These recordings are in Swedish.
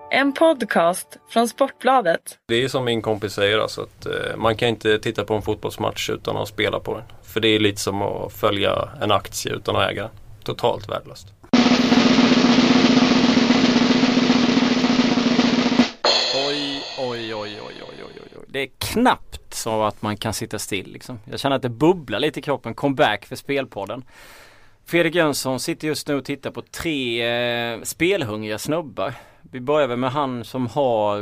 En podcast från Sportbladet. Det är som min kompis säger, alltså att man kan inte titta på en fotbollsmatch utan att spela på den. För det är lite som att följa en aktie utan att äga den. Totalt värdelöst. Oj. Det är knappt så att man kan sitta still liksom. Jag känner att det bubblar lite i kroppen. Comeback för Spelpodden. Fredrik Jönsson sitter just nu och tittar på 3 spelhungriga snubbar. Vi börjar med han som har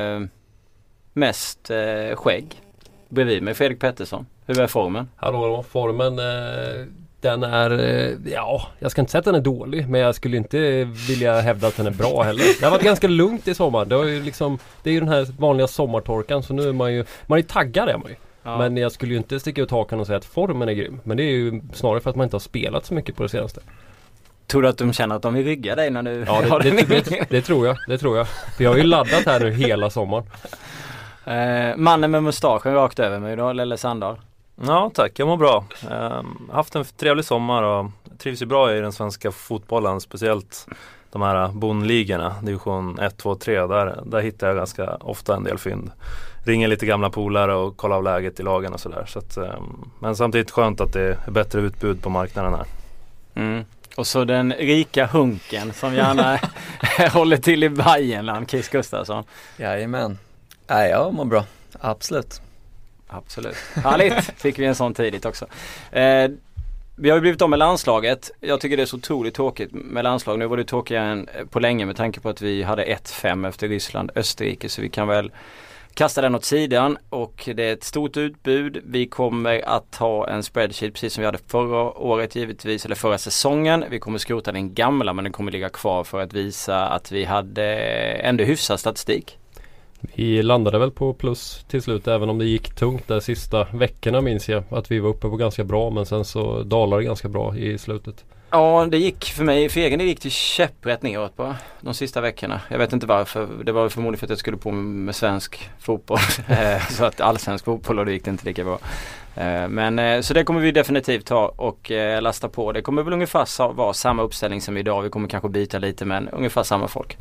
mest skägg bredvid mig, Fredrik Pettersson. Hur är formen? Hallå, formen den är, jag ska inte säga att den är dålig, men jag skulle inte vilja hävda att den är bra heller. Det har varit ganska lugnt i sommar. Det är ju den här vanliga sommartorkan, så nu är man är taggad är man ju. Ja. Men jag skulle ju inte sticka ut hakan och säga att formen är grym. Men det är ju snarare för att man inte har spelat så mycket på det senaste. Tror du att de känner att de vill rygga dig när du har det tror jag. För jag har ju laddat här nu hela sommaren. Mannen med mustaschen rakt över mig då, Lelle Sandahl. Ja, tack. Jag mår bra. Haft en trevlig sommar och trivs ju bra i den svenska fotbollen, speciellt de här bondligorna, division 1, 2, 3. Där hittar jag ganska ofta en del fynd. Ringer lite gamla polare och kollar av läget i lagen och sådär. Så att, men samtidigt skönt att det är bättre utbud på marknaden här. Mm. Och så den rika hunken som gärna håller till i Bayernland, Chris Gustafsson. Jajamän. Nej, jag mår bra. Absolut. Härligt. Fick vi en sån tidigt också. Vi har ju blivit om med landslaget. Jag tycker det är så otroligt tråkigt med landslag. Nu var det tråkigare än på länge med tanke på att vi hade 1-5 efter Ryssland, Österrike. Så vi kan väl kasta den åt sidan, och det är ett stort utbud. Vi kommer att ha en spreadsheet precis som vi hade förra året givetvis, eller förra säsongen. Vi kommer skrota den gamla, men den kommer ligga kvar för att visa att vi hade ändå hyfsad statistik. Vi landade väl på plus till slut, även om det gick tungt de sista veckorna, minns jag. Att vi var uppe på ganska bra, men sen så dalade det ganska bra i slutet. Ja, det gick för mig, för egen del gick det käpprätt neråt på de sista veckorna. Jag vet inte varför. Det var förmodligen för att jag skulle på med svensk fotboll. Så att allsvensk fotboll, och det gick det inte lika bra. Men så det kommer vi definitivt ta och lasta på. Det kommer väl ungefär vara samma uppställning som idag. Vi kommer kanske byta lite, men ungefär samma folk.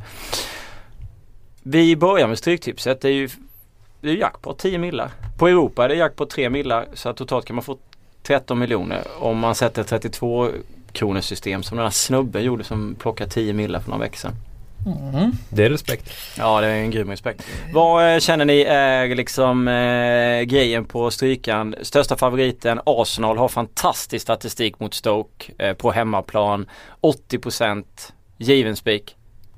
Vi börjar med stryktipset. Det är ju jackpot 10 millar. På Europa är det jackpot 3 millar, så att totalt kan man få 13 miljoner om man sätter 32 kronors system som den här snubben gjorde som plockade 10 millar för några veckor sedan. Mm. Det är respekt. Ja, det är en grym respekt. Vad känner ni är liksom grejen på strykan? Största favoriten Arsenal har fantastisk statistik mot Stoke på hemmaplan. 80% given spik.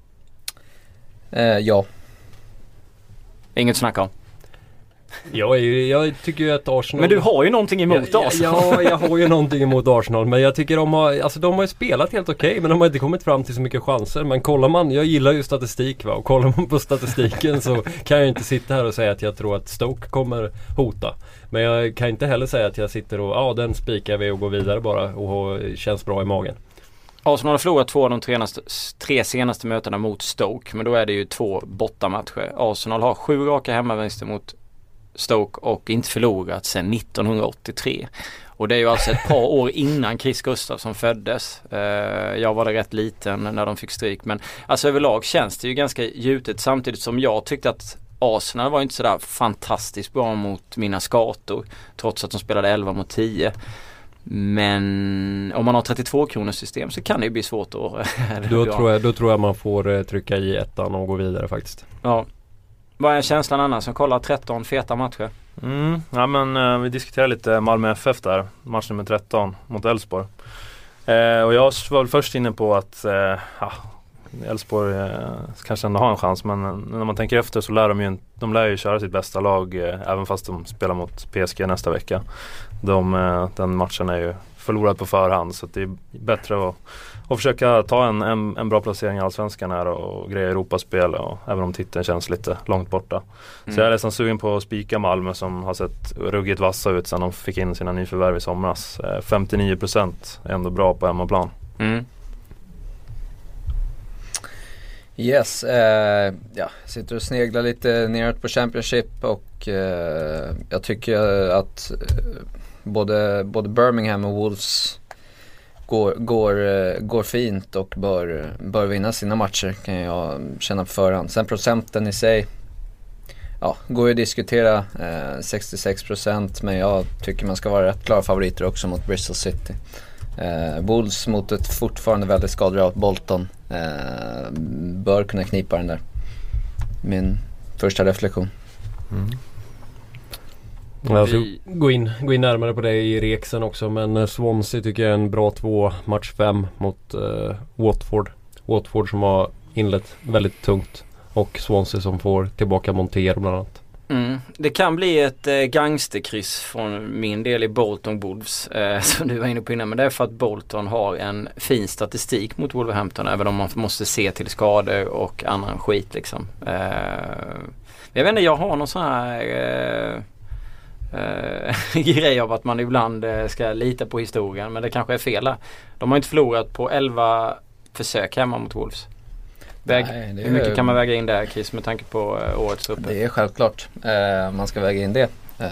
Ja. Inget snack om. Jag tycker ju att Arsenal... Men du har ju någonting emot Arsenal. Ja, jag har ju någonting emot Arsenal. Men jag tycker de har ju spelat helt okej, men de har inte kommit fram till så mycket chanser. Men jag gillar ju statistik, va? Och kollar man på statistiken så kan jag inte sitta här och säga att jag tror att Stoke kommer hota. Men jag kan inte heller säga att jag sitter och den spikar vi och går vidare bara och känns bra i magen. Arsenal har förlorat 2 av de 3 senaste mötena mot Stoke, men då är det ju 2 bortamatcher. Arsenal har 7 raka hemmavinster mot Stoke och inte förlorat sedan 1983. Och det är ju alltså ett par år innan Chris Gustafsson föddes. Jag var där rätt liten när de fick stryk, men alltså överlag känns det ju ganska gjutet, samtidigt som jag tyckte att Arsenal var inte sådär fantastiskt bra mot mina skator, trots att de spelade 11 mot 10. Men om man har 32 kronors system så kan det ju bli svårt att... Då tror jag man får trycka i ettan och gå vidare faktiskt. Ja. Vad är känslan annars som kollar 13 feta matcher? Ja, men vi diskuterar lite Malmö FF där, match nummer 13 mot Elfsborg. Och jag var väl först inne på att Elfsborg kanske ändå har en chans, men när man tänker efter så lär de lär ju köra sitt bästa lag även fast de spelar mot PSG nästa vecka. Den matchen är ju förlorad på förhand, så det är bättre att försöka ta en bra placering i Allsvenskan här och greja Europaspel, och även om titeln känns lite långt borta. Så jag är nästan sugen på att spika Malmö, som har sett ruggigt vassa ut sedan de fick in sina nyförvärv i somras. 59% är ändå bra på hemmaplan. Yes, sitter och sneglar lite neråt på Championship, och jag tycker att både Birmingham och Wolves går fint och bör vinna sina matcher, kan jag känna på förhand. Sen procenten i sig, ja, går ju att diskutera, 66%, men jag tycker man ska vara rätt klara favoriter också mot Bristol City. Wolves mot ett fortfarande väldigt skadat Bolton, bör kunna knipa den där. Min första reflektion. Jag ska gå in närmare på det i reksen också, men Swansea tycker jag är en bra 2, match 5 mot Watford som har inlett väldigt tungt, och Swansea som får tillbaka Montero bland annat. Det kan bli ett gangsterkryss från min del i Bolton Wolves, som du var inne på innan, men det är för att Bolton har en fin statistik mot Wolverhampton, även om man måste se till skador och annan skit liksom. Jag vet inte, jag har någon sån här grej av att man ibland ska lita på historien, men det kanske är fel. De har inte förlorat på 11 försök hemma mot Wolves. Hur mycket kan man väga in där, Chris, med tanke på årets uppe? Det är självklart. Man ska väga in det.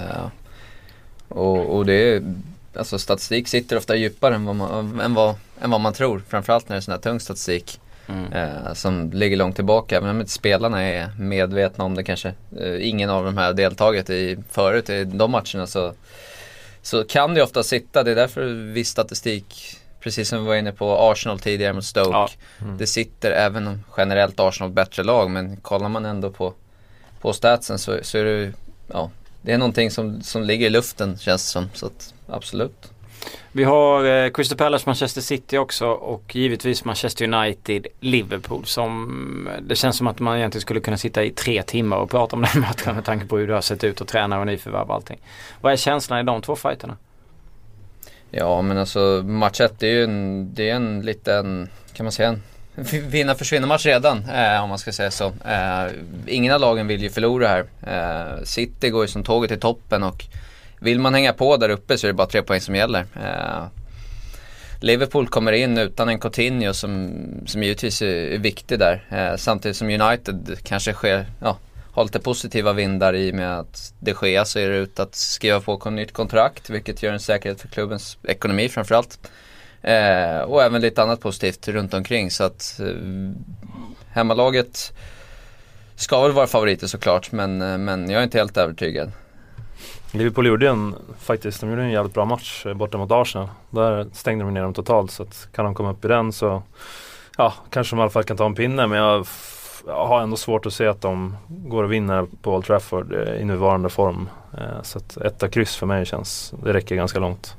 Och det är, alltså, statistik sitter ofta djupare än vad man tror. Framförallt när det är sån här tung statistik som ligger långt tillbaka. Även om inte spelarna är medvetna om det kanske. Ingen av de här deltagit förut i de matcherna, så kan det ofta sitta. Det är därför viss statistik, precis som vi var inne på Arsenal tidigare mot Stoke. Ja. Det sitter, även om generellt Arsenal bättre lag, men kollar man ändå på statsen så är det, ja, det är någonting som ligger i luften, känns det som. Så att, absolut. Vi har Crystal Palace, Manchester City också, och givetvis Manchester United, Liverpool, som det känns som att man egentligen skulle kunna sitta i 3 timmar och prata om den matchen med tanke på hur det har sett ut och träna och nyförvärv och allting. Vad är känslan i de 2 fighterna? Ja, men alltså match 1 det är en liten, kan man säga, en vinna-försvinna match redan, om man ska säga så. Ingen av lagen vill ju förlora här. City går ju som tåget till toppen, och vill man hänga på där uppe så är det bara 3 poäng som gäller. Liverpool kommer in utan en Coutinho som givetvis är viktig där. Samtidigt som United kanske har lite positiva vindar i med att De Gea ser ut att skriva på nytt kontrakt, vilket gör en säkerhet för klubbens ekonomi framförallt. Och även lite annat positivt runt omkring, så att hemmalaget ska väl vara favoriter såklart, men jag är inte helt övertygad. Liverpool gjorde en jävligt bra match borta mot Arsenal. Där stängde de ner dem totalt, så att kan de komma upp i den så kanske de i alla fall kan ta en pinne, men jag har ändå svårt att se att de går och vinner på Old Trafford i nuvarande form. Så att 1 kryss för mig det räcker ganska långt.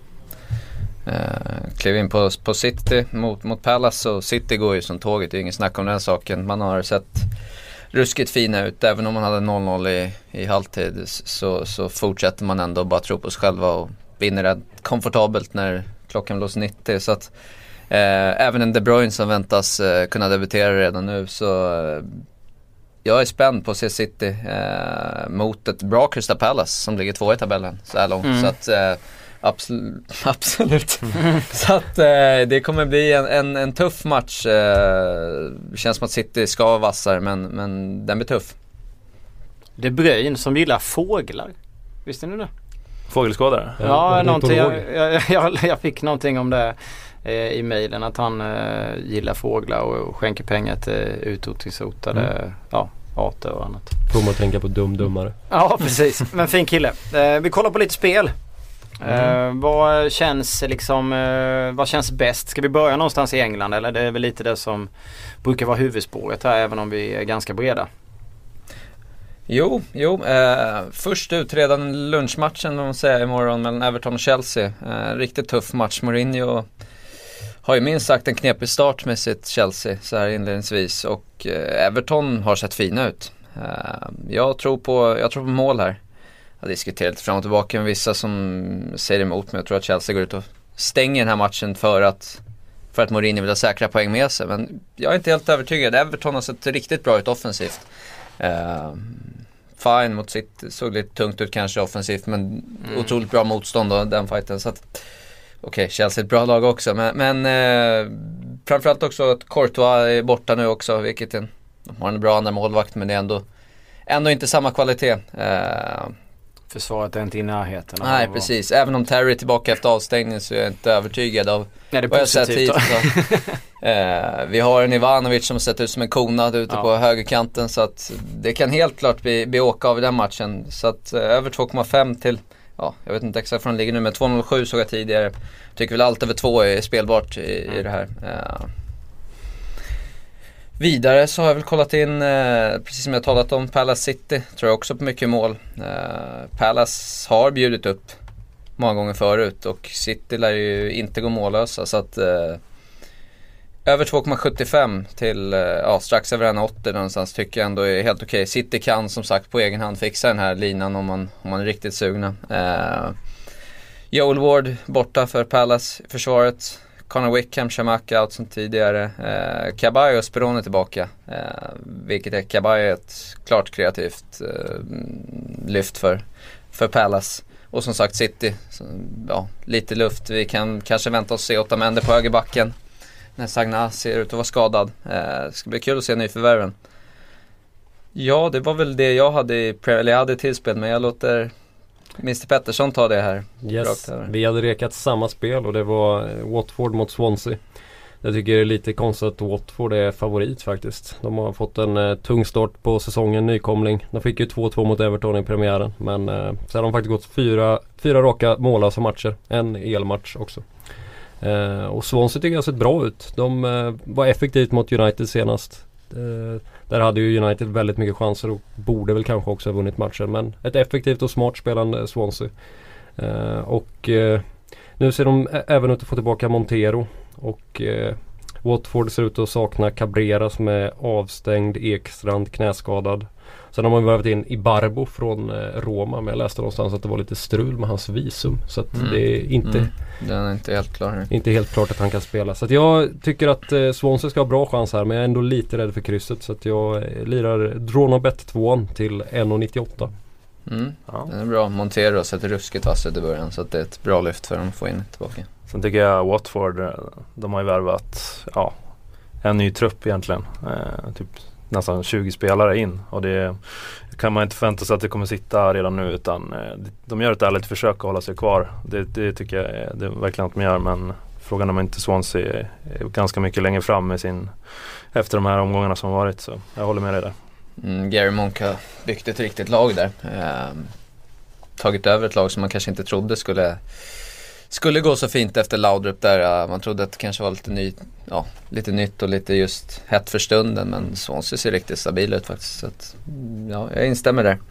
Klev in på City mot Palace, och City går ju som tåget, det är ingen snack om den saken. Man har sett ruskigt fina ut, även om man hade 0-0 i halvtid, så fortsätter man ändå bara tro på sig själva och vinner det komfortabelt när klockan blåser 90, så att även en De Bruyne som väntas kunna debutera redan nu, så jag är spänd på att se City mot ett bra Crystal Palace som ligger 2 i tabellen så här långt, så att absolut. Så att det kommer bli en tuff match. Känns som att City ska vara vassare, men den blir tuff. De Bruyne som gillar fåglar, visste ni det? Fågelskådare? Ja, någonting, jag fick någonting om det i mejlen, att han gillar fåglar och skänker pengar till utrotningshotade arter och annat. Får man tänka på dummare. Ja, precis. Men fin kille. Vi kollar på lite spel. Vad känns bäst? Ska vi börja någonstans i England, eller det är väl lite det som brukar vara huvudspåret här, även om vi är ganska breda? Jo. Först ut redan lunchmatchen, de säger imorgon, mellan Everton och Chelsea. Riktigt tuff match. Mourinho har ju minst sagt en knepig start med sitt Chelsea så här inledningsvis, och Everton har sett fina ut. Jag tror på mål här. Jag har diskuterat lite fram och tillbaka med vissa som säger emot, men jag tror att Chelsea går ut och stänger den här matchen för att Mourinho vill ha säkra poäng med sig. Men jag är inte helt övertygad. Everton har sett riktigt bra ut offensivt. Fine mot sitt, såg lite tungt ut kanske offensivt, men otroligt bra motstånd då, den fighten. Så att Chelsea är ett bra lag också, men framförallt också att Courtois är borta nu också, vilket de har en bra andra målvakt, men det är ändå inte samma kvalitet. Försvaret är inte i närheten. Nej, precis. Även om Terry är tillbaka efter avstängning så är jag inte övertygad av vad jag sett hit. Vi har en Ivanovic som sett ut som en konad ute på högerkanten, så att det kan helt klart bli åka av i den matchen. Så att över 2,5 till, jag vet inte exakt var den ligger nu, men 2,07 såg jag tidigare. Tycker väl allt över 2 är spelbart i det här. Vidare så har jag väl kollat in, precis som jag talat om, Palace City. Tror jag också på mycket mål. Palace har bjudit upp många gånger förut och City lär ju inte gå mållösa. Så att över 2,75 till strax över 1,80 någonstans tycker jag ändå är helt okej. City kan som sagt på egen hand fixa den här linan om man är riktigt sugna. Joel Ward borta för Palace försvaret. Connor Wickham, Shamaka out som tidigare. Caballo och Sperone tillbaka. Vilket är Caballo ett klart kreativt lyft för Palace. Och som sagt City, lite luft. Vi kan kanske vänta oss se Otamendi på högerbacken när Sagna ser ut att vara skadad. Det ska bli kul att se nyförvärven. Ja, det var väl det jag hade tillspel, men jag låter Mr. Pettersson ta det här. Yes, vi hade rekat samma spel och det var Watford mot Swansea. Jag tycker det är lite konstigt att Watford är favorit faktiskt. De har fått en tung start på säsongen, nykomling. De fick ju 2-2 mot Everton i premiären, men så har de faktiskt gått fyra raka mållösa matcher. En elmatch också. Och Swansea tycker jag har sett bra ut. De var effektivt mot United senast. Där hade ju United väldigt mycket chanser och borde väl kanske också ha vunnit matchen. Men ett effektivt och smart spelande Swansea. Nu ser de även ut att få tillbaka Montero. Och Watford ser ut att sakna Cabrera som är avstängd, Ekstrand knäskadad. Sen har man värvat in Ibarbo från Roma, men jag läste någonstans att det var lite strul med hans visum. Så att det är inte... Den är inte helt klar. Inte helt klart att han kan spela. Så att jag tycker att Swansea ska ha bra chans här, men jag är ändå lite rädd för krysset. Så att jag lirar Dronobet 2 till 1,98. Den är bra. Montero sätter ruskigt fast i början, så att det är ett bra lyft för dem att få in tillbaka. Sen tycker jag Watford, de har ju värvat en ny trupp egentligen. Typ nästan 20 spelare in, och det kan man inte förvänta sig att det kommer sitta redan nu, utan de gör ett ärligt försök att hålla sig kvar. Det tycker jag det är verkligen att de gör, men frågan om inte Swansea är ganska mycket längre fram med efter de här omgångarna som har varit, så jag håller med dig där. Gary Monk har byggt ett riktigt lag där. Tagit över ett lag som man kanske inte trodde skulle gå så fint efter Laudrup där. Man trodde att det kanske var lite nytt och lite just hett för stunden, men Swansea ser riktigt stabil ut faktiskt. Så att, jag instämmer där.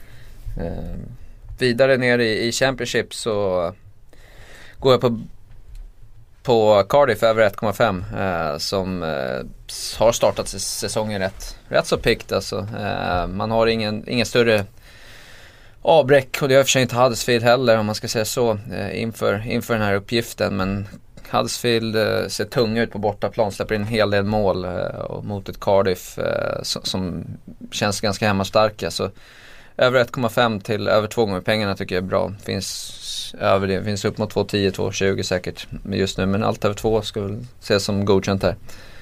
Vidare ner i Championship så går jag på Cardiff över 1,5 som har startat säsongen rätt så pickt alltså. Man har ingen större avbräck, och det har för sig inte Huddersfield heller, om man ska säga så, inför den här uppgiften. Men Huddersfield ser tunga ut på bortaplan, släpper in en hel del mål och mot ett Cardiff som känns ganska hemmastarka. Så över 1,5 till över 2 gånger pengarna tycker jag är bra. Finns upp mot 2,10, 2,20 säkert just nu, men allt över 2 ska väl ses som godkänt här.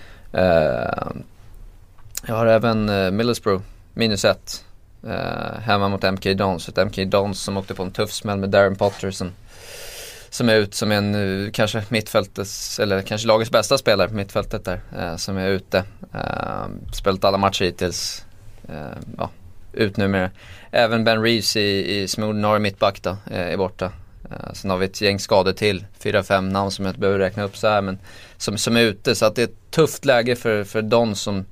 Jag har även Middlesbrough -1 hemma mot MK Dons. Ett MK Dons som åkte på en tuff smäll med Darren Potter som är ut som en kanske mittfältets, eller kanske lagets bästa spelare på mittfältet där, som är ute. Spelat alla matcher hittills. Ut numera. Även Ben Reeves i Smooth Norr mittback då, är borta. Sen har vi ett gäng skador till, 4-5 namn som jag inte behöver räkna upp så här, men som är ute. Så att det är ett tufft läge för Don som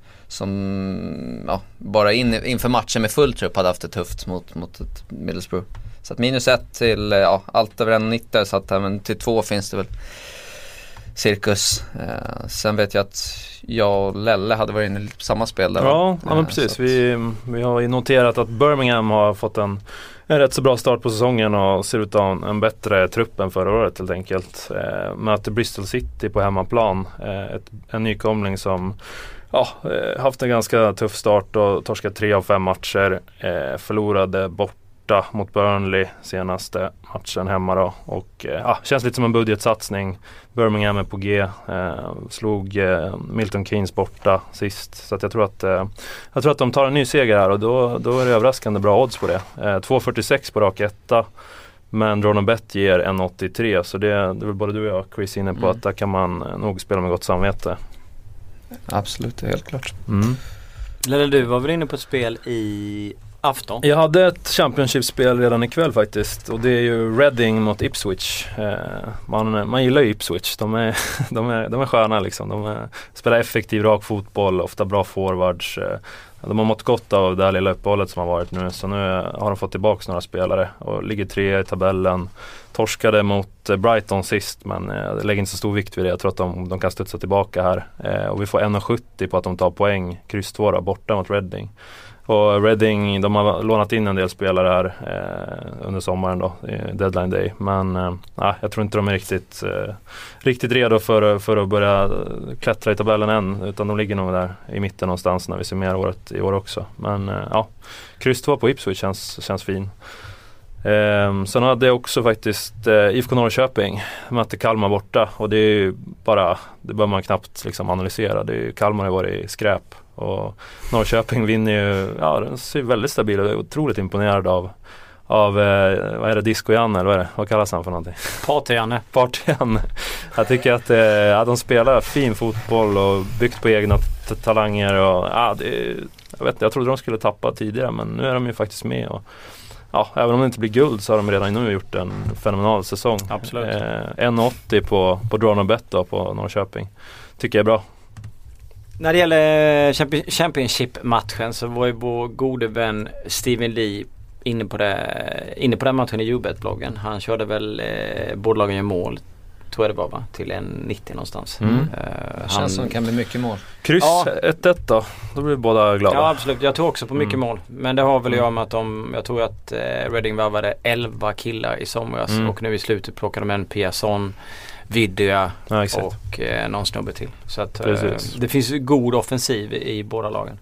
bara inför matchen med full trupp hade haft det tufft mot ett Middlesbrough. Så att -1 till allt över 1,90, så att men till 2 finns det väl cirkus. Sen vet jag att jag och Lelle hade varit inne på samma spel där. Ja, men precis. Vi har ju noterat att Birmingham har fått en rätt så bra start på säsongen och ser ut att ha en bättre trupp än förra året helt enkelt. Möter Bristol City på hemmaplan. En nykomling som haft en ganska tuff start och torskat 3 av 5 matcher. Förlorade borta mot Burnley senaste matchen hemma då. Och känns lite som en budgetsatsning. Birmingham är på G. Slog Milton Keynes borta sist. Så att jag tror att de tar en ny seger här, och då är det överraskande bra odds på det. 2,46 på rak etta. Men Dronabet ger 1,83, så det är väl både du och jag, Chris, inne på att där kan man nog spela med gott samvete. Absolut, det är helt klart. Lelle, du var väl inne på ett spel i afton? Jag hade ett Championship-spel redan ikväll faktiskt, och det är ju Reading mot Ipswich. Man gillar ju Ipswich, de är sköna liksom. De spelar effektiv, rak fotboll, ofta bra forwards. De har mått gott av det här lilla uppehållet som har varit nu, så nu har de fått tillbaka några spelare och ligger 3 i tabellen. Torskade mot Brighton sist, men jag lägger inte så stor vikt vid det. Jag tror att de kan studsa tillbaka här. Och vi får 1,70 på att de tar poäng, kryss 2 borta mot Reading. Och Reading, de har lånat in en del spelare här under sommaren då, deadline day. Men jag tror inte de är riktigt redo för att börja klättra i tabellen än. Utan de ligger nog där i mitten någonstans när vi ser mer året i år också. Men kryss 2 på Ipswich känns fin. Sen hade jag också faktiskt IFK Norrköping mötte Kalmar borta, och det är ju det bör man knappt liksom analysera. Kalmar har varit skräp, och Norrköping vinner ju, den ser väldigt stabil och är otroligt imponerad av vad är det, Disco-Janne eller vad kallas han för någonting? Party-Janne. Jag tycker att de spelar fin fotboll och byggt på egna talanger, och jag trodde de skulle tappa tidigare, men nu är de ju faktiskt med, och även om det inte blir guld så har de redan nu gjort en fenomenal säsong. Absolut. 1,80 på Dronabet då på Norrköping. Tycker jag är bra. När det gäller Championship-matchen så var ju vår gode vän Steven Lee inne på den matchen i Ubet-bloggen. Han körde väl bådlagen gör mål, tror jag det var, va? Till 1,90 någonstans. Känns som kan bli mycket mål. Kryss 1-1 då blir båda glada. Ja, absolut. Jag tror också på mycket mål. Men det har väl jag med att jag tror att Reading varvade 11 killar i somras, och nu i slutet plockade de en Piasson, Vidya och någon snubbe till. Så att det finns god offensiv i båda lagen.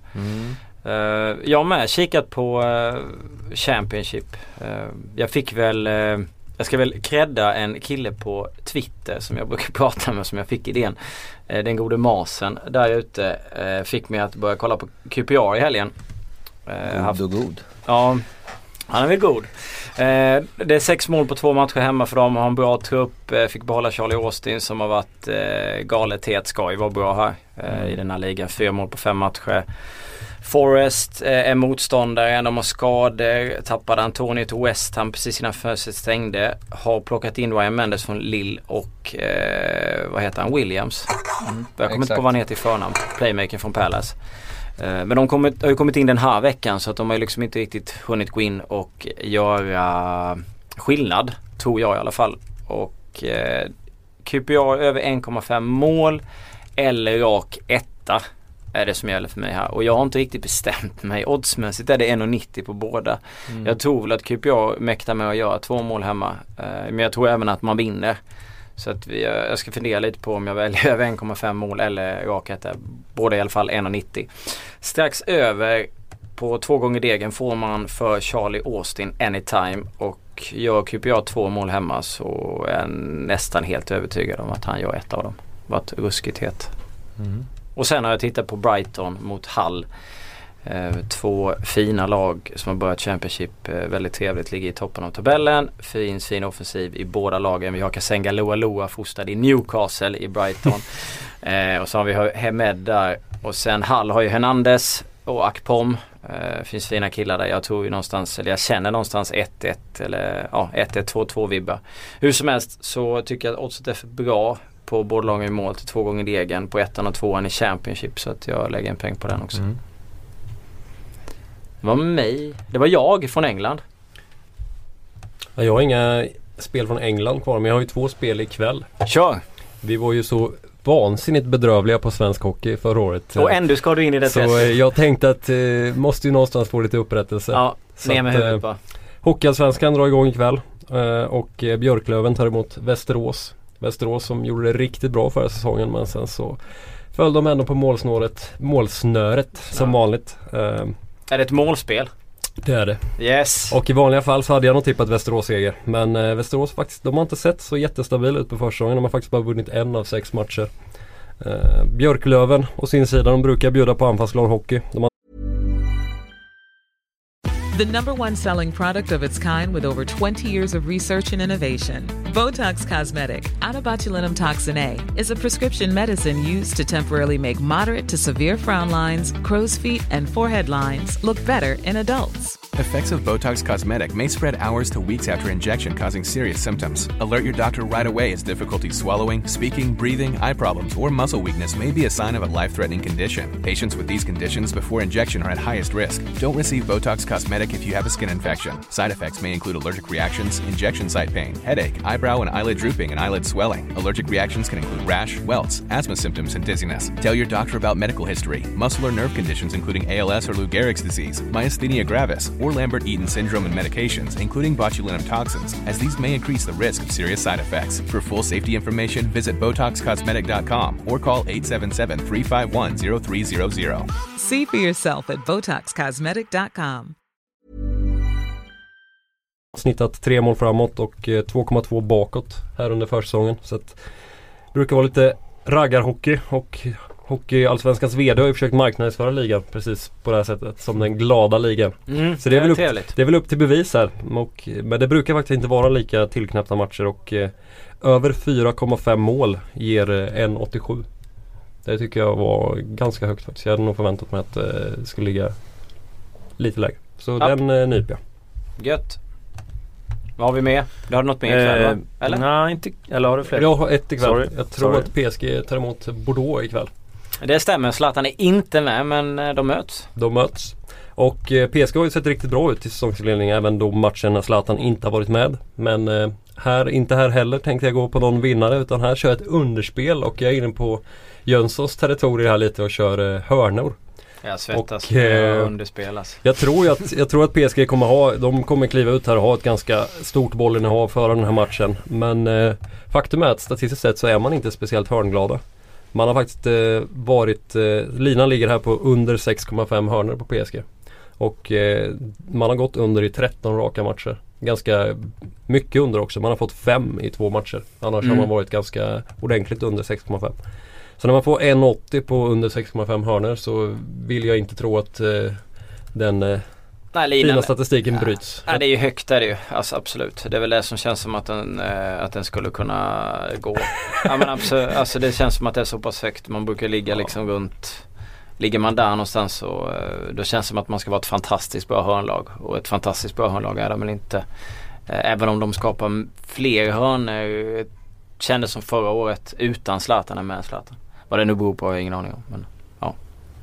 Jag har med kikat på Championship. Jag ska väl credda en kille på Twitter som jag brukar prata med, som jag fick idén. Den gode Masen där ute fick mig att börja kolla på QPR i helgen. God. Ja, han är väl god. Det är 6 mål på 2 matcher hemma för dem. Har en bra trupp. Fick behålla Charlie Austin som har varit galet het. Ska ju vara bra här i den här ligan. 4 mål på 5 matcher. Forest är motståndare. De har skador. Tappade Antonio till West Ham precis innan fönstret stängde. Har plockat in Ryan Mendes från Lille och vad heter han? Williams. Jag kommer inte på vad han heter i förnamn. Playmaker från Palace. Men de har ju kommit in den här veckan, så att de har ju liksom inte riktigt hunnit gå in och göra skillnad, tror jag i alla fall. Och QPR över 1,5 mål eller rak etta är det som gäller för mig här. Och jag har inte riktigt bestämt mig. Oddsmässigt är det 1,90 på båda. Jag tror väl att QPR mäktar med att göra 2 mål hemma. Men jag tror även att man vinner. Så att jag ska fundera lite på om jag väljer över 1,5 mål eller raket. Båda i alla fall 1,90. Strax över på 2 gånger degen får man för Charlie Austin anytime. Och gör QPR 2 mål hemma så är jag nästan helt övertygad om att han gör ett av dem. Varit ruskigt het. Och sen har jag tittat på Brighton mot Hull. 2 fina lag som har börjat Championship väldigt trevligt, ligger i toppen av tabellen. Fin offensiv i båda lagen. Vi har Kasenga Loa fostrad i Newcastle i Brighton. Och så har vi Hemed där. Och sen Hull har ju Hernandez och Akpom. Finns fina killar där. Jag tror ju någonstans, eller jag känner någonstans 1-1 eller 1-1-2-2 vibbar. Hur som helst så tycker jag att oddset är för bra på båda lagen i mål till 2 gånger degen på 1 och 2 i Championship, så att jag lägger en peng på den också. Det var mig. Det var jag från England. Ja, jag har inga spel från England kvar, men jag har ju 2 spel ikväll. Kör! Vi var ju så vansinnigt bedrövliga på svensk hockey förra året. Och ändå ska du in i det så testet. Jag tänkte att måste ju någonstans få lite upprättelse. Ja, ner med huvudet bara. Hockeyallsvenskan drar igång ikväll. Och Björklöven tar emot Västerås. Västerås som gjorde det riktigt bra förra säsongen, men sen så föll de ändå på målsnöret som vanligt. Är det ett målspel? Det är det. Yes. Och i vanliga fall så hade jag nog tippat Västerås-seger. Men Västerås faktiskt, de har inte sett så jättestabila ut på försäsongen. De har faktiskt bara vunnit 1 av 6 matcher. Björklöven och sin sida, de brukar bjuda på anfallsglad hockey. The number one selling product of its kind with over 20 years of research and innovation. Botox Cosmetic, out of botulinum toxin A, is a prescription medicine used to temporarily make moderate to severe frown lines, crow's feet, and forehead lines look better in adults. Effects of Botox Cosmetic may spread hours to weeks after injection, causing serious symptoms. Alert your doctor right away as difficulty swallowing, speaking, breathing, eye problems, or muscle weakness may be a sign of a life-threatening condition. Patients with these conditions before injection are at highest risk. Don't receive Botox Cosmetic if you have a skin infection. Side effects may include allergic reactions, injection site pain, headache, eyebrow and eyelid drooping, and eyelid swelling. Allergic reactions can include rash, welts, asthma symptoms, and dizziness. Tell your doctor about medical history, muscle or nerve conditions including ALS or Lou Gehrig's disease, myasthenia gravis, or Lambert-Eaton syndrome and medications, including botulinum toxins, as these may increase the risk of serious side effects. For full safety information, visit BotoxCosmetic.com or call 877-351-0300. See for yourself at BotoxCosmetic.com. Snittat 3 mål framåt och 2,2 bakåt här under försäsongen. Så att det brukar vara lite raggarhockey, och Hockeyallsvenskans vd har ju försökt marknadsföra ligan precis på det här sättet, som den glada ligan. Så det är väl upp till bevis här. Men det brukar faktiskt inte vara lika tillknäppta matcher, och över 4,5 mål ger 1,87. Det tycker jag var ganska högt faktiskt. Jag hade nog förväntat mig att det skulle ligga lite lägre. Så den nyper jag. Gött. Vad har vi med? Du har något med ikväll, va? Eller? Nej, inte. Eller har du fler? Jag har ett ikväll. Sorry. Jag tror att PSG tar emot Bordeaux ikväll. Det stämmer, Zlatan är inte med, men de möts. Och PSG har ju sett riktigt bra ut i säsongsinledning, även då matchen när Zlatan inte har varit med. Men inte här heller tänkte jag gå på någon vinnare, utan här kör jag ett underspel, och jag är inne på Jönssons territorier här lite och kör hörnor. Jag svettas och underspelas. Jag tror att PSG kommer kliva ut här och ha ett ganska stort bollinnehav före den här matchen. Men faktum är att statistiskt sett så är man inte speciellt hörnglada. Man har faktiskt linan ligger här på under 6,5 hörnor på PSG. Och man har gått under i 13 raka matcher. Ganska mycket under också. Man har fått 5 i 2 matcher. Annars har man varit ganska ordentligt under 6,5. Så när man får 1,80 på under 6,5 hörnor, så vill jag inte tro att den fina statistiken bryts. Nej, det är ju högt där ju. Alltså, absolut. Det är väl det som känns som att den skulle kunna gå. Ja, men alltså, det känns som att det är så pass högt. Man brukar ligga liksom runt. Ligger man där någonstans, så då känns det som att man ska vara ett fantastiskt bra hörnlag. Och ett fantastiskt bra hörnlag är det väl inte. Även om de skapar fler hörnor. Kändes som förra året utan Zlatan än med Zlatan. Vad det nu beror på har jag ingen aning om. Men, ja.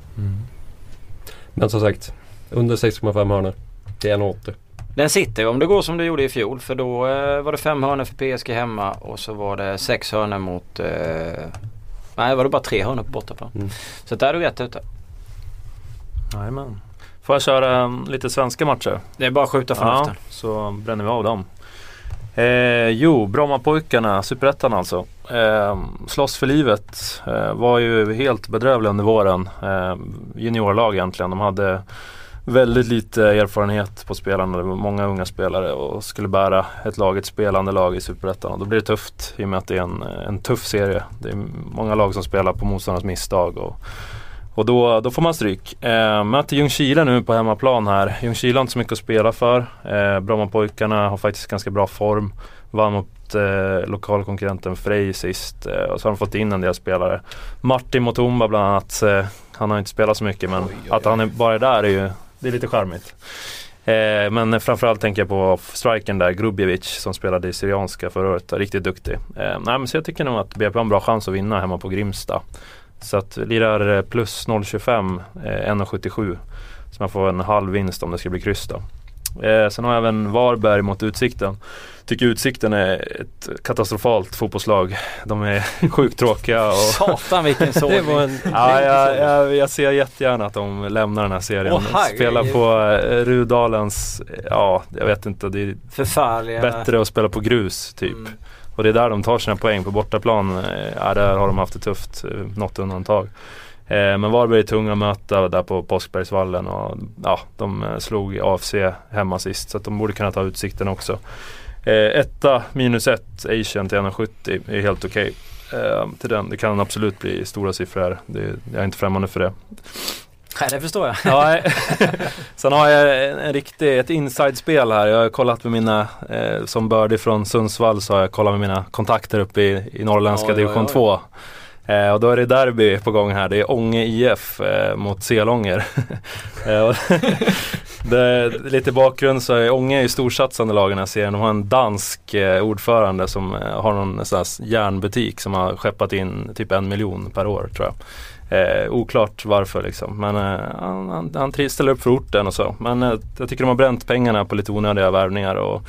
Men som sagt, under 6,5 hörnor. Det är 1,80. Den sitter om det går som det gjorde i fjol. För då var det 5 hörnor för PSG hemma. Och så var det 6 hörnor mot... nej, var det bara 3 hörnor på bortaplan. Så där är du rätt ute. Jajamän. Får jag köra lite svenska matcher? Det är bara att skjuta från luften. Så bränner vi av dem. Brommapojkarna, Superettan alltså. Slåss för livet. Var ju helt bedrövliga under våren. Juniorlag egentligen. De hade väldigt lite erfarenhet på spelarna. Det var många unga spelare och skulle bära ett spelande lag i Superettan. Och då blir det tufft i och med att det är en tuff serie. Det är många lag som spelar på motståndarnas misstag och då får man stryk. Möter Ljungskile nu på hemmaplan här. Ljungskile har inte så mycket att spela för. Brommapojkarna har faktiskt ganska bra form. Vann mot lokalkonkurrenten Frej sist. Och så har de fått in en del spelare. Martin Motumba bland annat. Han har inte spelat så mycket, men att han är bara där det är lite charmigt. Men framförallt tänker jag på striken där, Grubjevic, som spelade i Syrianska förra året. Riktigt duktig. Men så jag tycker nog att BP har en bra chans att vinna hemma på Grimsta. Så att lirar plus 0,25 1,77. Så man får en halv vinst om det ska bli kryss då. Sen har jag även Varberg mot Utsikten. Tycker Utsikten är ett katastrofalt fotbollslag. De är sjukt tråkiga. Och Satan vilken sågning. Jag ser jättegärna att de lämnar den här serien. Spelar på Rudalens, jag vet inte, det är förfärliga. Bättre att spela på grus typ. Och det är där de tar sina poäng. På bortaplan där har de haft det tufft, något undantag. Men Varberg är tunga att möta där på Påskbergsvallen och de slog AFC hemma sist så att de borde kunna ta utsikten också. 1 minus 1 Asian till 1,70 är helt okej. Till den. Det kan absolut bli stora siffror. Jag är inte främmande för det. Nej, det förstår jag. Ja, sen har jag ett inside-spel här. Jag har kollat med mina, som birdie från Sundsvall så har jag kollat med mina kontakter uppe i norrländska division 2. Och då är det derby på gång här. Det är Ånge IF mot Selånger. Lite bakgrund så är Ånge i storsatsande lagen här serien. De har en dansk ordförande som har någon sån här järnbutik som har skeppat in typ 1 miljon per år tror jag. Oklart varför liksom. Men han ställer upp för orten och så. Men jag tycker de har bränt pengarna på lite onödiga värvningar och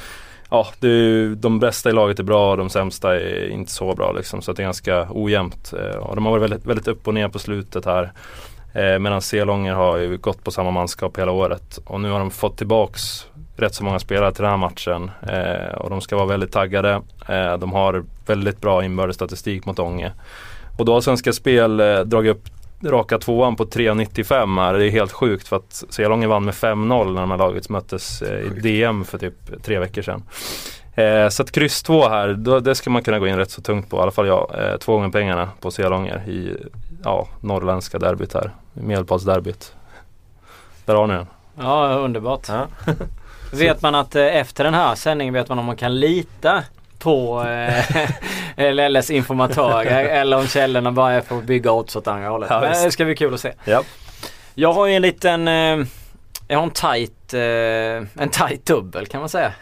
de bästa i laget är bra och de sämsta är inte så bra liksom, så att det är ganska ojämnt. Och de har varit väldigt, väldigt upp och ner på slutet här. Medan Selånger har ju gått på samma manskap hela året. Och nu har de fått tillbaks rätt så många spelare till den här matchen. Och de ska vara väldigt taggade. De har väldigt bra inbördes statistik mot Ånge. Och då har Svenska Spel dragit upp raka 2:an på 3,95 här. Det är helt sjukt för att Selånger vann med 5-0 när de här laget möttes i DM för typ 3 veckor sedan. Så att kryss 2 här, det ska man kunna gå in rätt så tungt på. I alla fall 2 gånger pengarna på Selånger i norrländska derbyt här. Medelpadsderbyt. Där har ni den. Ja, underbart. Ja. Vet man att efter den här sändningen vet man om man kan lita på LLs informatörer eller om källorna bara är för att bygga odds åt andra hållet. Ja, det ska bli kul att se. Ja. Jag har ju en liten jag har en tight dubbel kan man säga.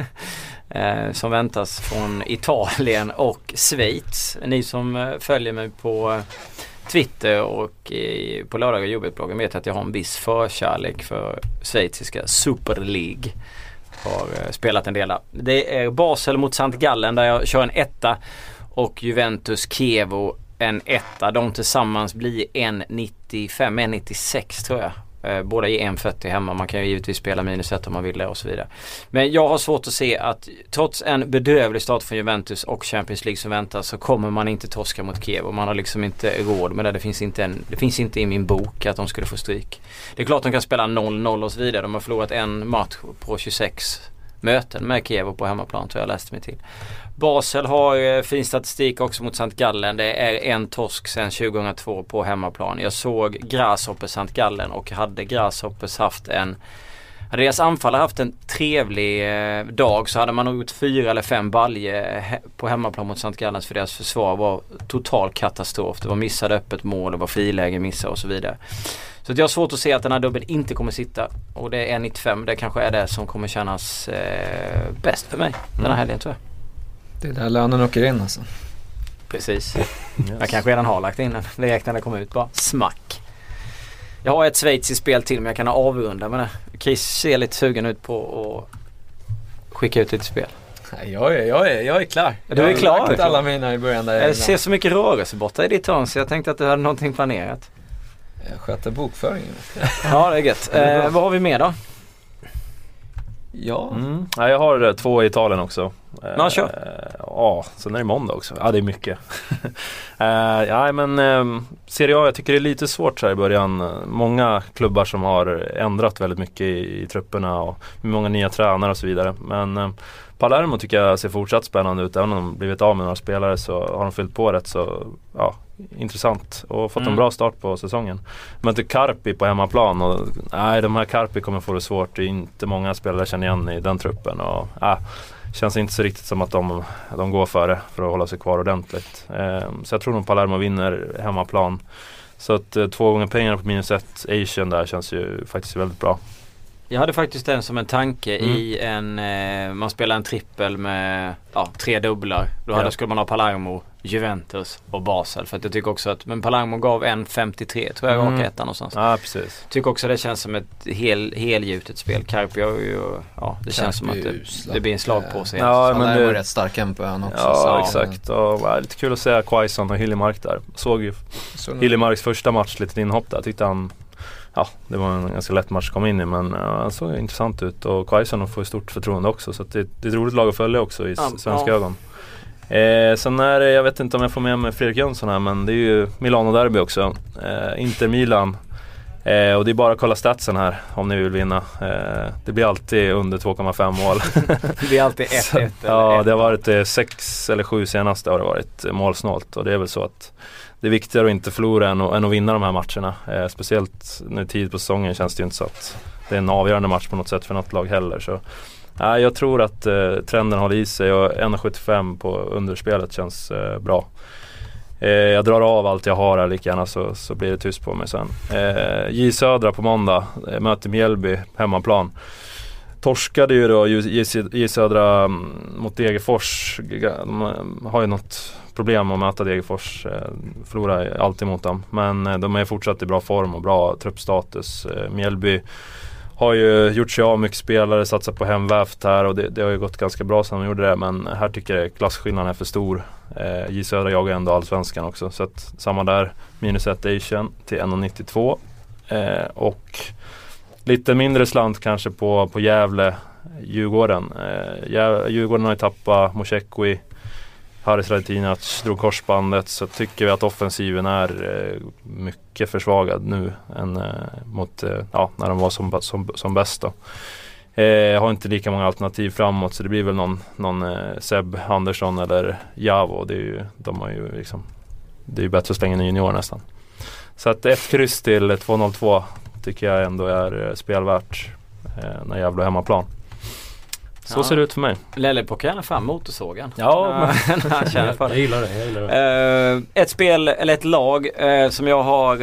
Som väntas från Italien och Schweiz. Ni som följer mig på Twitter och på lördag och jobbet-bloggen vet att jag har en viss förkärlek för schweiziska Super League. Har spelat en del där. Det är Basel mot St. Gallen där jag kör en 1 och Juventus Chievo en 1. De tillsammans blir 1,95, 1,96 tror jag. Båda ger 1,40 hemma. Man kan ju givetvis spela minus 1 om man vill det och så vidare. Men jag har svårt att se att trots en bedrövlig start från Juventus och Champions League som väntas så kommer man inte torska mot Chievo. Man har liksom inte råd med det. Det finns inte i min bok att de skulle få stryk. Det är klart de kan spela 0-0 och så vidare. De har förlorat en match på 26 möten med Chievo på hemmaplan tror jag läste mig till. Basel har fin statistik också mot St. Gallen. Det är en torsk sedan 2002 på hemmaplan. Jag såg Grasshopper St. Gallen och hade Grasshoppers hade deras anfallare haft en trevlig dag så hade man nog gjort 4 eller 5 balje på hemmaplan mot St. Gallen för deras försvar var total katastrof. Det var missade öppet mål, det var friläge missade och så vidare. Så jag har svårt att se att den här dubbeln inte kommer sitta. Och det är 1,95. Det kanske är det som kommer kännas bäst för mig den här helgen tror jag. Det är där lönen åker in alltså. Precis. Yes. Jag kanske redan har lagt in den. Direkt när det kommer ut bara. Smack. Jag har ett schweiziskt spel till men jag kan avrunda med det. Chris ser lite sugen ut på att skicka ut lite spel. Jag är klar. Du är klar? Jag har alla mina i början där. Jag ser så mycket rörelse borta i ditt hörn så jag tänkte att du hade någonting planerat. Jag sköter bokföringen. Ja, det är gött. Vad har vi med då? Ja. Ja, jag har 2 i Italien också. Ja, kör. Sen är det måndag också. Ja, det är mycket. Serie A, jag tycker det är lite svårt så här i början. Många klubbar som har ändrat väldigt mycket i trupperna och med många nya tränare och så vidare. Men Palermo tycker jag ser fortsatt spännande ut. Även om de blivit av med några spelare så har de fyllt på rätt så intressant och fått en bra start på säsongen. Men till Carpi på hemmaplan och de här Carpi kommer få det svårt. Det är inte många spelare känner igen i den truppen och känns inte så riktigt som att de går för att hålla sig kvar ordentligt. Så jag tror nog Palermo vinner hemmaplan. Så att 2 gånger pengar på minus 1 Asian där känns ju faktiskt väldigt bra. Jag hade faktiskt den som en tanke i man spelar en trippel med 3 dubblar. Då skulle man ha Palermo, Juventus och Basel. För att jag tycker också att Palermo gav 1,53 tror jag raka ettan någonstans. Ja, precis. Tycker också det känns som ett helgjutet spel. Carpi det känns som att det blir en slag på sig. Ja, men det var rätt stark en på ön också. Ja, exakt. Och lite kul att se Quaison och Hiljemark där. Såg ju Hiljemarks första match, lite inhopp där. Tyckte han det var en ganska lätt match att komma in i, men han såg intressant ut och Quaison får stort förtroende också, så att det är ett roligt lag att följa också i svenska ögon. Sen är det, jag vet inte om jag får med mig Fredrik Jönsson här, men det är ju Milano-derby också. Inter Milan. Och det är bara att kolla statsen här om ni vill vinna. Det blir alltid under 2,5 mål. Det blir alltid 1-1. Ja, det har varit 6 eller 7 senaste har det varit målsnålt. Och det är väl så att det är viktigare att inte förlora än att vinna de här matcherna. Speciellt nu tid på säsongen känns det ju inte så att det är en avgörande match på något sätt för något lag heller. Så jag tror att trenden håller i sig och 1,75 på underspelet känns bra. Jag drar av allt jag har här lika gärna så blir det tyst på mig sen. J Södra på måndag möter Mjällby hemmaplan. Torskade ju då J Södra mot Degerfors. De har ju något problem att möta Degerfors. Förlorar alltid mot dem. Men de är fortsatt i bra form och bra truppstatus. Mjällby har ju gjort sig av mycket spelare, satsat på hemvävt här och det har ju gått ganska bra sedan de gjorde det, men här tycker jag klasskillnaden är för stor. J Södra jagar ändå allsvenskan också, så att samma där, minus 1 Asian till 1,92 och lite mindre slant kanske på Gävle Djurgården. Djurgården har ju tappat Moshekwi, Haris Radetinac drog korsbandet, så tycker vi att offensiven är mycket försvagad nu än mot när de var som bäst då. Har inte lika många alternativ framåt, så det blir väl någon Seb Andersson eller Javo. Det är ju bättre att slänga en junior nästan. Så att 1 kryss till 2,02 tycker jag ändå är spelvärt när Gävle hemmaplan. Så ser det ut för mig. Lelle plockar gärna fram motorsågen. Ja, jag gillar det. Ett spel eller ett lag som jag har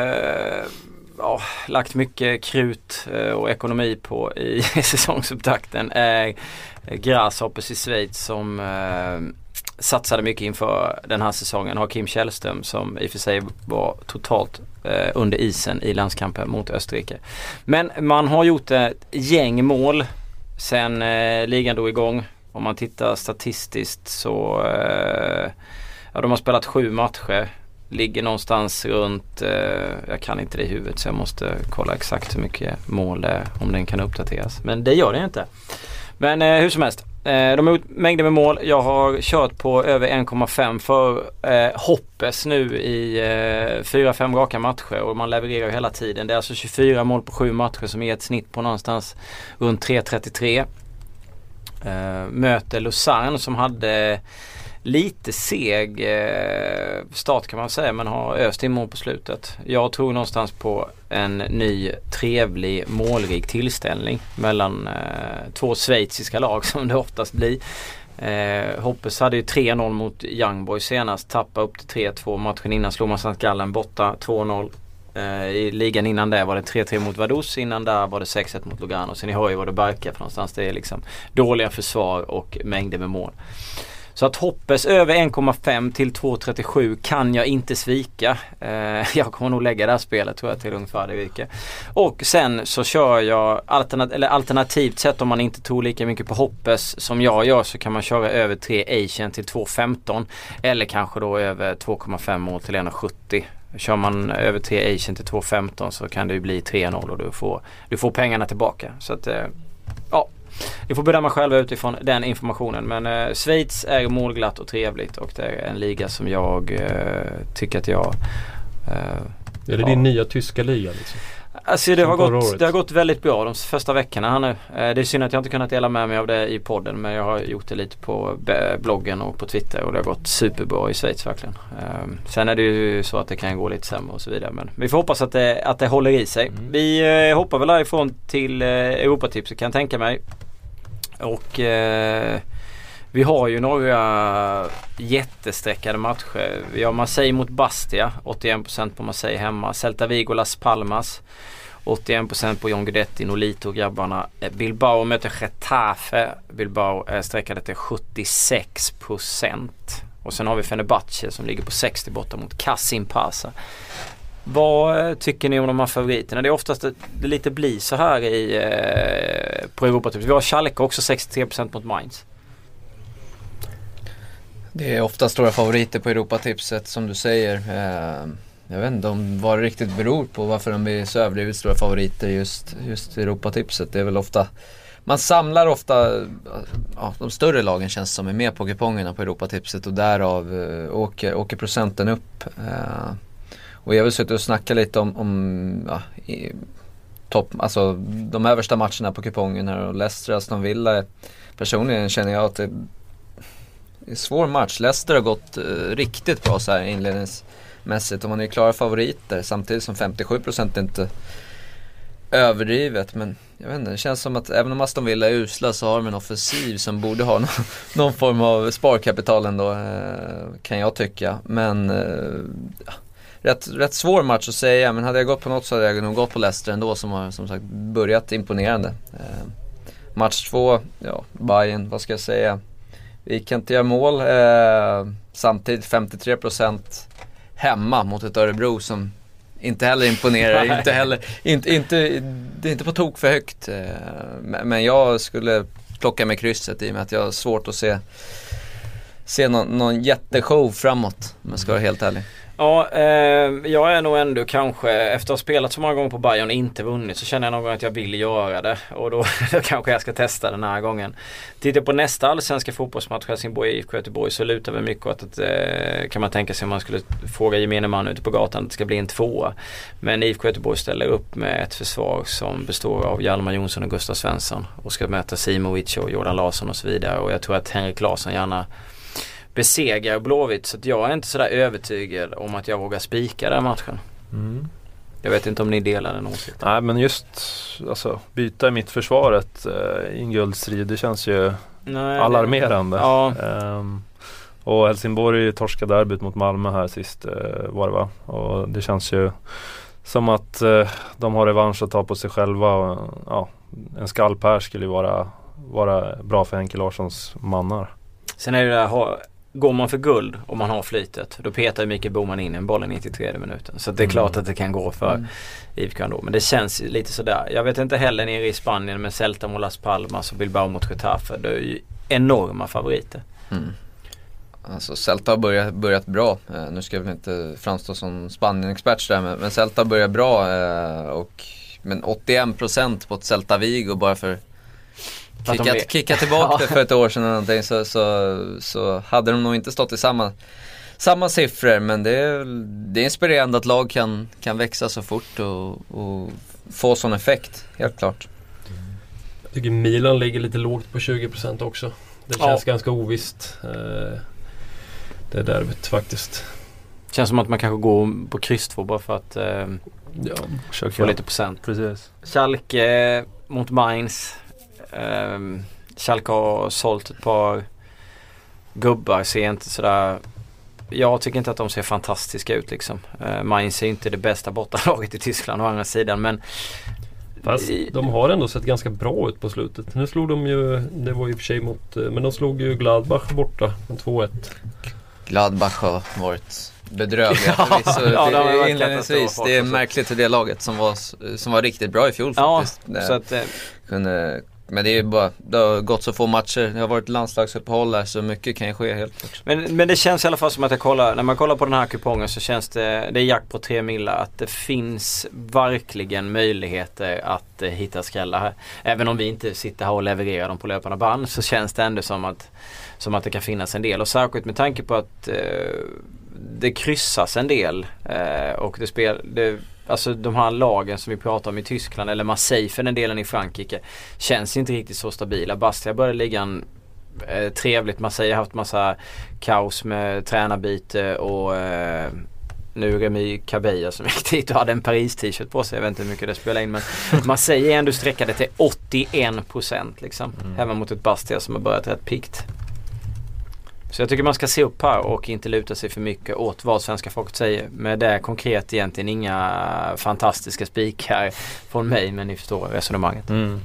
lagt mycket krut och ekonomi på i säsongsupptakten är Grasshoppers i Schweiz som satsade mycket inför den här säsongen. Har Kim Källström som i och för sig var totalt under isen i landskampen mot Österrike. Men man har gjort ett gäng mål sen ligan då igång. Om man tittar statistiskt så de har spelat 7 matcher. Ligger någonstans runt, jag kan inte det i huvudet så jag måste kolla exakt hur mycket mål det är, om den kan uppdateras. Men det gör det inte. Men hur som helst, de har gjort mängder med mål. Jag har kört på över 1,5 för Hoppes nu i 4-5 raka matcher och man levererar hela tiden. Det är alltså 24 mål på 7 matcher som är ett snitt på någonstans runt 3,33. Möter Lausanne som hade lite seg start kan man säga, men har öst in mål på slutet. Jag tror någonstans på en ny trevlig målrik tillställning mellan 2 schweiziska lag som det oftast blir. Hoppes hade ju 3-0 mot Young Boys senast, tappade upp till 3-2 matchen innan, slog man St. Gallen borta 2-0. I ligan innan där var det 3-3 mot Vaduz, innan där var det 6-1 mot Lugano. Så ni hör ju vad det barkar för någonstans. Det är liksom dåliga försvar och mängder med mål. Så att Hoppes över 1,5 till 2,37 kan jag inte svika. Jag kommer nog lägga det här spelet tror jag till ungefär det vike. Och sen så kör jag alternativt sett, om man inte tror lika mycket på Hoppes som jag gör, så kan man köra över 3 Asian till 2,15 eller kanske då över 2,5 mål till 1,70. Kör man över 3 Asian till 2,15 så kan det ju bli 3-0 och du får pengarna tillbaka. Så att ni får bedöma själva utifrån den informationen. Men Schweiz är målglatt och trevligt och det är en liga som jag tycker att jag är det din nya tyska liga liksom? Alltså det har gått väldigt bra de första veckorna här nu. Det är synd att jag inte kunnat dela med mig av det i podden, men jag har gjort det lite på bloggen och på Twitter och det har gått superbra i Schweiz verkligen. Sen är det ju så att det kan gå lite sämre och så vidare, men vi får hoppas att det håller i sig. Vi hoppar väl härifrån till Europatips kan jag tänka mig. Och vi har ju några jättesträckade matcher. Vi har Marseille mot Bastia, 81% på Marseille hemma. Celta Vigo, Las Palmas, 81% på John Guidetti, Nolito och grabbarna. Bilbao möter Getafe. Bilbao är sträckade till 76%. Och sen har vi Fenerbahce som ligger på 60 borta mot Kasim Pasa. Vad tycker ni om de här favoriterna? Det är oftast det lite blir så här på Europatips. Vi har Schalke också 63% mot Mainz. Det är ofta stora favoriter på Europatipset som du säger. Jag vet inte om vad det riktigt beror på varför de blir så överdrivet stora favoriter just Europatipset. Det är väl ofta man samlar ofta de större lagen känns som är med på kupongerna på Europatipset och därav åker procenten upp. Och jag vill suttit och snacka lite om alltså de översta matcherna på kupongen här och Leicester, Aston Villa. Personligen känner jag att det är en svår match. Leicester har gått riktigt bra så här inledningsmässigt och man är klara favoriter samtidigt som 57% inte överdrivet, men jag vet inte, det känns som att även om Aston Villa är usla så har de en offensiv som borde ha någon form av sparkapital ändå, kan jag tycka. Men rätt svår match att säga, men hade jag gått på något så hade jag nog gått på Leicester ändå, som har som sagt börjat imponerande. Match 2, Bayern, vad ska jag säga, vi kan inte göra mål, samtidigt 53% hemma mot ett Örebro som inte heller imponerar, det är inte på tok för högt, men jag skulle plocka med krysset i och med att jag har svårt att se någon jätteshow framåt, om jag ska vara helt ärlig. Ja, jag är nog ändå kanske, efter att ha spelat så många gånger på Bayern och inte vunnit, så känner jag någon gång att jag vill göra det. Och då kanske jag ska testa den här gången. Tittar på nästa allsvenska fotbollsmatch, Helsingborg IFK Göteborg, så lutar vi mycket åt att kan man tänka sig om man skulle fråga gemene man ute på gatan att det ska bli en 2. Men IFK Göteborg ställer upp med ett försvar som består av Hjalmar Jonsson och Gustav Svensson och ska möta Simovic och Jordan Larsson och så vidare. Och jag tror att Henrik Larsson gärna besegrar Blåvitt, så att jag är inte sådär övertygad om att jag vågar spika den matchen. Jag vet inte om ni delar den åsikten. Nej, men just alltså, byta i mittförsvaret i en guldstrid, det känns ju alarmerande. Ja. Och Helsingborg torskade derbyt mot Malmö här sist, var det va? Och det känns ju som att de har revansch att ta på sig själva. Och, en skalp här skulle ju vara bra för Henke Larssons mannar. Sen är det där, går man för guld och man har flytet, då petar Mikael Boman in en boll i 93 minuten. Så det är klart att det kan gå för IFK ändå. Men det känns lite sådär. Jag vet inte heller nere i Spanien med Celta mot Las Palmas och Bilbao mot Getafe. Det är ju enorma favoriter. Alltså Celta har börjat bra. Nu ska jag väl inte framstå som Spanien-expert där, men Celta börjar bra. Men 81% på ett Celta Vigo bara för kicka tillbaka det för ett år sedan eller någonting, så hade de nog inte stått i samma siffror, men det är inspirerande att lag kan växa så fort och få sån effekt, helt klart. Jag tycker Milan ligger lite lågt på 20% också. Det känns ganska ovisst. Det är derbyt faktiskt. Känns som att man kanske går på kryss 2 bara för att få lite procent. Precis. Schalke mot Mainz. Schalke har sålt ett par gubbar, ser inte sådär, jag tycker inte att de ser fantastiska ut liksom. Mainz är inte det bästa bortalaget i Tyskland å andra sidan, men fast de har ändå sett ganska bra ut på slutet. Nu slog de ju, det var i och för sig men de slog ju Gladbach borta med 2-1. Gladbach har varit bedrövliga förvisso inledningsvis. Det är märkligt för det laget som var riktigt bra i fjol faktiskt. Så att men det är bara, det har gått så få matcher. Det har varit landslagsuppehåll där, så mycket kan ju ske helt klart. Men det känns i alla fall som att när man kollar på den här kupongen så känns det är jakt på 3 millar, att det finns verkligen möjligheter att hitta skrällar här. Även om vi inte sitter här och levererar dem på löpande band, så känns det ändå som att det kan finnas en del. Och särskilt med tanke på att det kryssas en del och alltså de här lagen som vi pratar om i Tyskland eller Marseille för den delen i Frankrike känns inte riktigt så stabila. Bastia börjar ligga trevligt. Marseille har haft massa kaos med tränarbyte och nu Remy Cabella som gick dit och hade en Paris-t-shirt på sig. Jag vet inte hur mycket det spelar in, men Marseille är ändå sträckade till 81% liksom. Även mot ett Bastia som har börjat rätt pikt. Så jag tycker man ska se upp här och inte luta sig för mycket åt vad svenska folket säger. Men det är konkret egentligen inga fantastiska spikar från mig, men ni förstår resonemanget.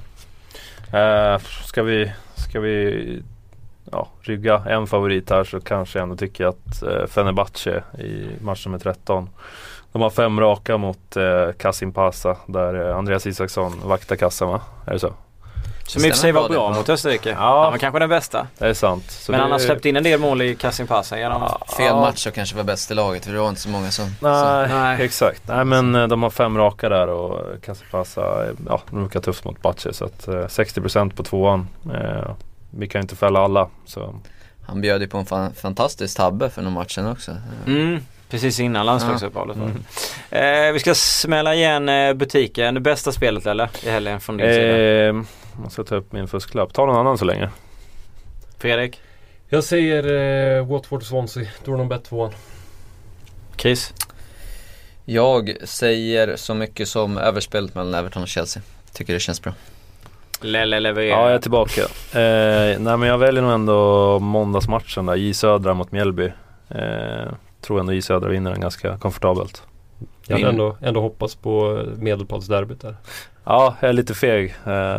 Ska vi rygga en favorit här, så kanske jag ändå tycker att Fenerbahce i match nummer 13. De har 5 raka mot Kasim Pasa, där Andreas Isaksson vaktar kassan, va? Är det så? Som i och för sig var bra mot Österrike. Ja. Han var kanske den bästa. Det är sant. Så men han har släppt in en del mål i Kassim Pasa genom... Fel match och kanske var bäst i laget. För det var inte så många som... Nej, exakt. Nej, men de har 5 raka där och Kassim Pasa, de brukar tufft mot Bache. Så att 60% på 2an. Vi kan inte fälla alla. Så. Han bjöd ju på en fantastisk tabbe för någon matchen också. Precis innan landslagsuppehållet. Vi ska smälla igen butiken. Det bästa spelet eller? I helgen från din sida. Måste ta upp min fusklapp. Ta någon annan så länge. Fredrik? Jag säger Watford Swansea. Då är de bett 2an. Chris? Jag säger så mycket som överspelet mellan Everton och Chelsea. Tycker det känns bra. Lelle levererar. Ja, jag är tillbaka. Nej, men jag väljer nog ändå måndagsmatchen där. J Södra mot Mjällby. Tror ändå J Södra vinner den ganska komfortabelt. Jag hade ändå hoppats på Medelpadsderbyt där. Ja, jag är lite feg.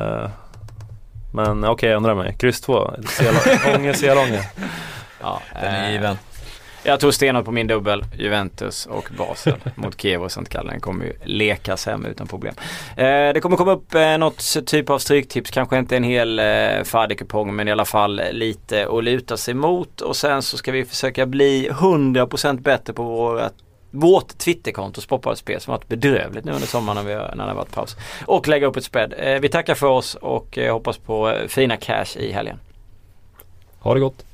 Men okej, jag ändrar mig. Kryss 2. Ånge. Ja, den är given. Jag tog stenat på min dubbel Juventus och Basel mot Kiev och St. Gallen. Den kommer ju lekas hem utan problem. Det kommer komma upp något typ av stryktips. Kanske inte en hel färdig kupong, men i alla fall lite att luta sig mot. Och sen så ska vi försöka bli 100% bättre på vårt Twitterkonto Sportbladetspel som har varit bedrövligt nu under sommaren när det har varit paus. Och lägga upp ett spread. Vi tackar för oss och hoppas på fina cash i helgen. Ha det gott!